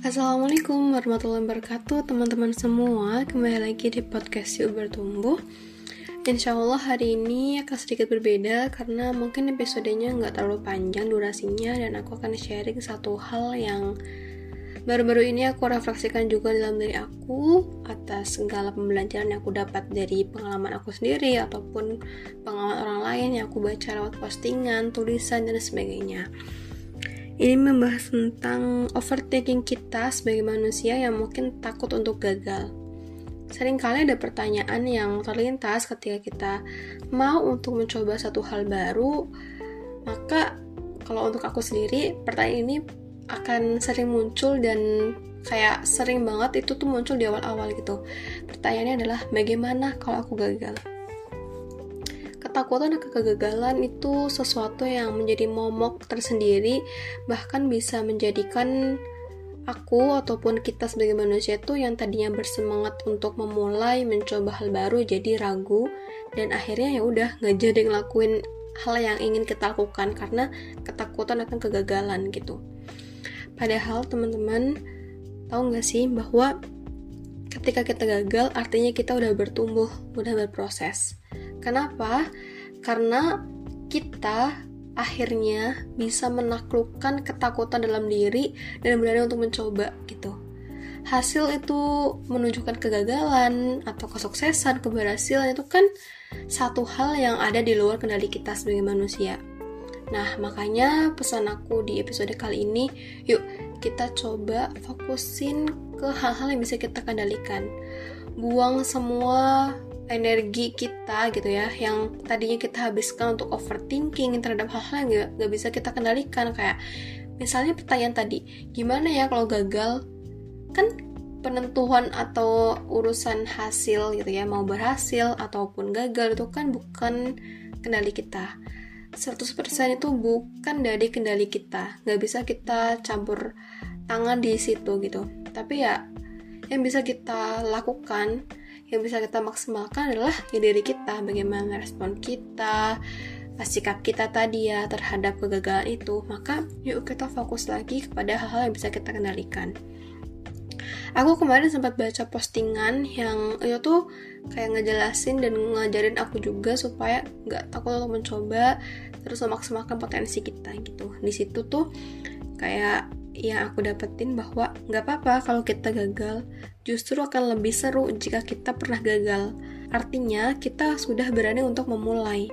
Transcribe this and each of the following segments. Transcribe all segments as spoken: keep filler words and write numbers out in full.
Assalamualaikum warahmatullahi wabarakatuh teman-teman semua. Kembali lagi di podcast Yuk Bertumbuh. Insya Allah hari ini akan sedikit berbeda karena mungkin episodenya nggak terlalu panjang durasinya, dan aku akan sharing satu hal yang baru-baru ini aku refleksikan juga dalam diri aku atas segala pembelajaran yang aku dapat dari pengalaman aku sendiri ataupun pengalaman orang lain yang aku baca lewat postingan, tulisan, dan sebagainya. Ini membahas tentang overthinking kita sebagai manusia yang mungkin takut untuk gagal. Seringkali ada pertanyaan yang terlintas ketika kita mau untuk mencoba satu hal baru. Maka kalau untuk aku sendiri, pertanyaan ini akan sering muncul dan kayak sering banget itu tuh muncul di awal-awal gitu. Pertanyaannya adalah, bagaimana kalau aku gagal? Ketakutan akan kegagalan itu sesuatu yang menjadi momok tersendiri, bahkan bisa menjadikan aku ataupun kita sebagai manusia itu yang tadinya bersemangat untuk memulai mencoba hal baru jadi ragu, dan akhirnya ya udah nggak jadi ngelakuin hal yang ingin kita lakukan karena ketakutan akan kegagalan gitu. Padahal teman-teman tahu nggak sih bahwa ketika kita gagal artinya kita udah bertumbuh, udah berproses. Kenapa? Karena kita akhirnya bisa menaklukkan ketakutan dalam diri dan berani untuk mencoba gitu. Hasil itu menunjukkan kegagalan atau kesuksesan, keberhasilan itu kan satu hal yang ada di luar kendali kita sebagai manusia. Nah, makanya pesan aku di episode kali ini, yuk kita coba fokusin ke hal-hal yang bisa kita kendalikan. Buang semua energi kita gitu ya, yang tadinya kita habiskan untuk overthinking terhadap hal-hal yang gak, gak bisa kita kendalikan. Kayak misalnya pertanyaan tadi, gimana ya kalau gagal? Kan penentuan atau urusan hasil gitu ya, mau berhasil ataupun gagal itu kan bukan kendali kita. seratus persen itu bukan dari kendali kita, gak bisa kita campur tangan di situ gitu. Tapi ya yang bisa kita lakukan, yang bisa kita maksimalkan adalah ya diri kita, bagaimana respon kita, sikap kita tadi ya terhadap kegagalan itu. Maka yuk kita fokus lagi kepada hal-hal yang bisa kita kendalikan. Aku kemarin sempat baca postingan yang itu tuh kayak ngejelasin dan ngajarin aku juga supaya gak takut untuk mencoba terus memaksimalkan potensi kita gitu. Di situ tuh kayak yang aku dapetin bahwa gak apa-apa kalau kita gagal, justru akan lebih seru jika kita pernah gagal. Artinya kita sudah berani untuk memulai.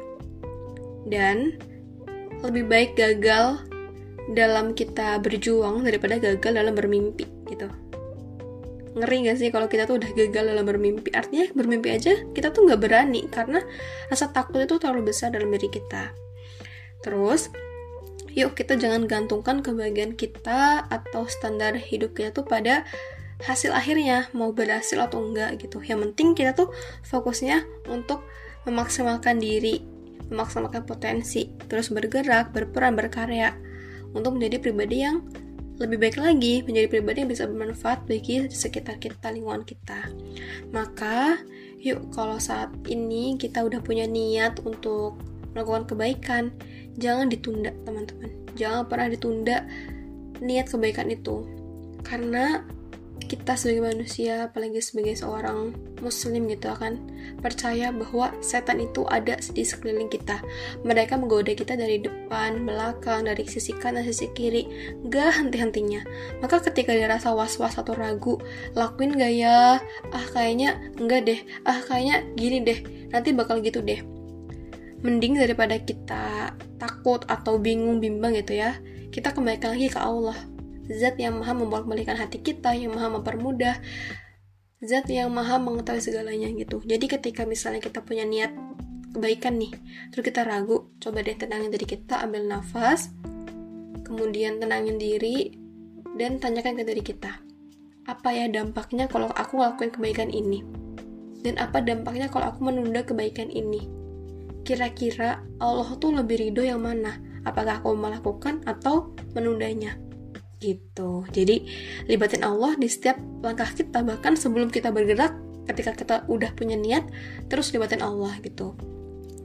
Dan lebih baik gagal dalam kita berjuang daripada gagal dalam bermimpi gitu. Ngeri gak sih kalau kita tuh udah gagal dalam bermimpi? Artinya bermimpi aja kita tuh gak berani karena rasa takut itu terlalu besar dalam diri kita. Terus yuk kita jangan gantungkan kebahagiaan kita atau standar hidup kita tuh pada hasil akhirnya, mau berhasil atau enggak gitu. Yang penting kita tuh fokusnya untuk memaksimalkan diri, memaksimalkan potensi, terus bergerak, berperan, berkarya untuk menjadi pribadi yang lebih baik lagi, menjadi pribadi yang bisa bermanfaat bagi sekitar kita, lingkungan kita. Maka yuk kalau saat ini kita udah punya niat untuk melakukan kebaikan, jangan ditunda teman-teman. Jangan pernah ditunda niat kebaikan itu. Karena kita sebagai manusia, apalagi sebagai seorang muslim gitu, akan percaya bahwa setan itu ada di sekeliling kita. Mereka menggoda kita dari depan, belakang, dari sisi kanan, sisi kiri, gak henti-hentinya. Maka ketika dia rasa was-was atau ragu, lakuin gak ya? Ah kayaknya enggak deh, ah kayaknya gini deh, nanti bakal gitu deh. Mending daripada kita takut atau bingung bimbang gitu ya, kita kembalikan lagi ke Allah, Zat yang maha membolak-balikan hati kita, yang maha mempermudah, Zat yang maha mengetahui segalanya gitu. Jadi ketika misalnya kita punya niat kebaikan nih, terus kita ragu, coba deh tenangin diri kita, ambil nafas, kemudian tenangin diri, dan tanyakan ke diri kita, apa ya dampaknya kalau aku ngelakuin kebaikan ini? Dan apa dampaknya kalau aku menunda kebaikan ini? Kira-kira Allah tuh lebih ridho yang mana? Apakah aku melakukan atau menundanya? Gitu. Jadi libatin Allah di setiap langkah kita, bahkan sebelum kita bergerak, ketika kita udah punya niat, terus libatin Allah gitu.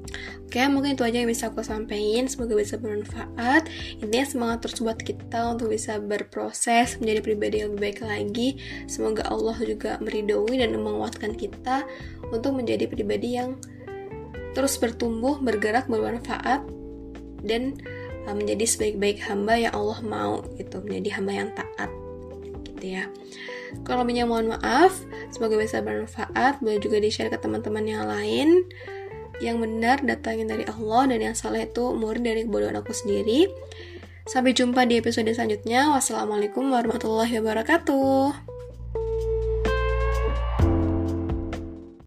Oke, mungkin itu aja yang bisa aku sampaikan. Semoga bisa bermanfaat. Intinya semangat terus buat kita untuk bisa berproses menjadi pribadi yang lebih baik lagi. Semoga Allah juga meridhoi dan menguatkan kita untuk menjadi pribadi yang terus bertumbuh, bergerak, bermanfaat, dan uh, menjadi sebaik-baik hamba yang Allah mau gitu, menjadi hamba yang taat gitu ya. Kalau lebihnya mohon maaf. Semoga bisa bermanfaat. Boleh juga di-share ke teman-teman yang lain. Yang benar datangin dari Allah, dan yang salah itu murni dari kebodohan aku sendiri. Sampai jumpa di episode selanjutnya. Wassalamualaikum warahmatullahi wabarakatuh.